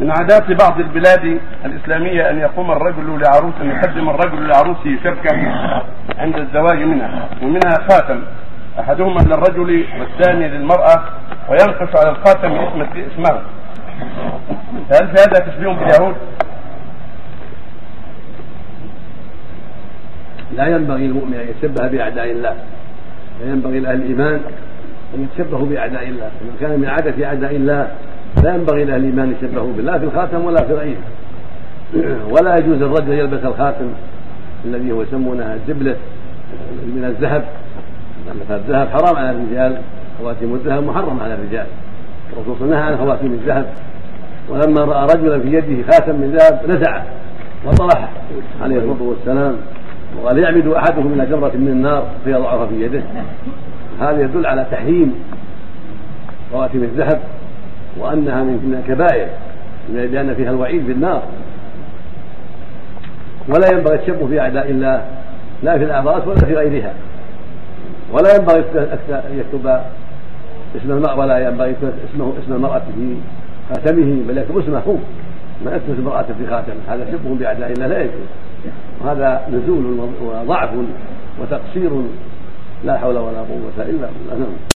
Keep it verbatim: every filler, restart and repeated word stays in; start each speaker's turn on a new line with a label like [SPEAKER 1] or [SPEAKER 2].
[SPEAKER 1] من عادات بعض البلاد الإسلامية أن يقوم الرجل لعروس أن يقدم الرجل لعروسه شبكة عند الزواج منها، ومنها خاتم أحدهما للرجل والثاني للمرأة، وينقش على الخاتم اسمه. هل في هذا تشبيه باليهود؟
[SPEAKER 2] لا ينبغي المؤمن أن يتشبه بأعداء الله، لا ينبغي لأهل الإيمان أن يتشبهوا بأعداء الله، ومن كان من عادة أعداء الله لا ينبغي لأهل الإيمان يتشبهوا بالله في الخاتم ولا في غيره. ولا يجوز الرجل يلبس الخاتم الذي هو يسمونه الجبلة من الذهب، لأن الذهب حرام على الرجال، خواتيم الذهب محرم على الرجال، الرسول نهى عن خواتيم الذهب. ولما رأى رجلا في يده خاتم من ذهب نزعه وطرحه عليه الصلاة والسلام، وقال يعمد أحدكم إلى جمرة من النار فيضعها في يده. هذا يدل على تحريم خواتيم الذهب وأنها من الكبائر لأن فيها الوعيد بالنار. ولا ينبغي التشبه في أعداء الله لا في الأعراس ولا في غيرها. ولا ينبغي أن يكتب اسم المرأة ولا ينبغي اسمه اسم المرأة في خاتمه، بل يكتب اسمه هو، ما يكتب المرأة في خاتمه. هذا شبه بأعداء الله لا يجوز، وهذا نزول وضعف وتقصير لا حول ولا قوة إلا بالله.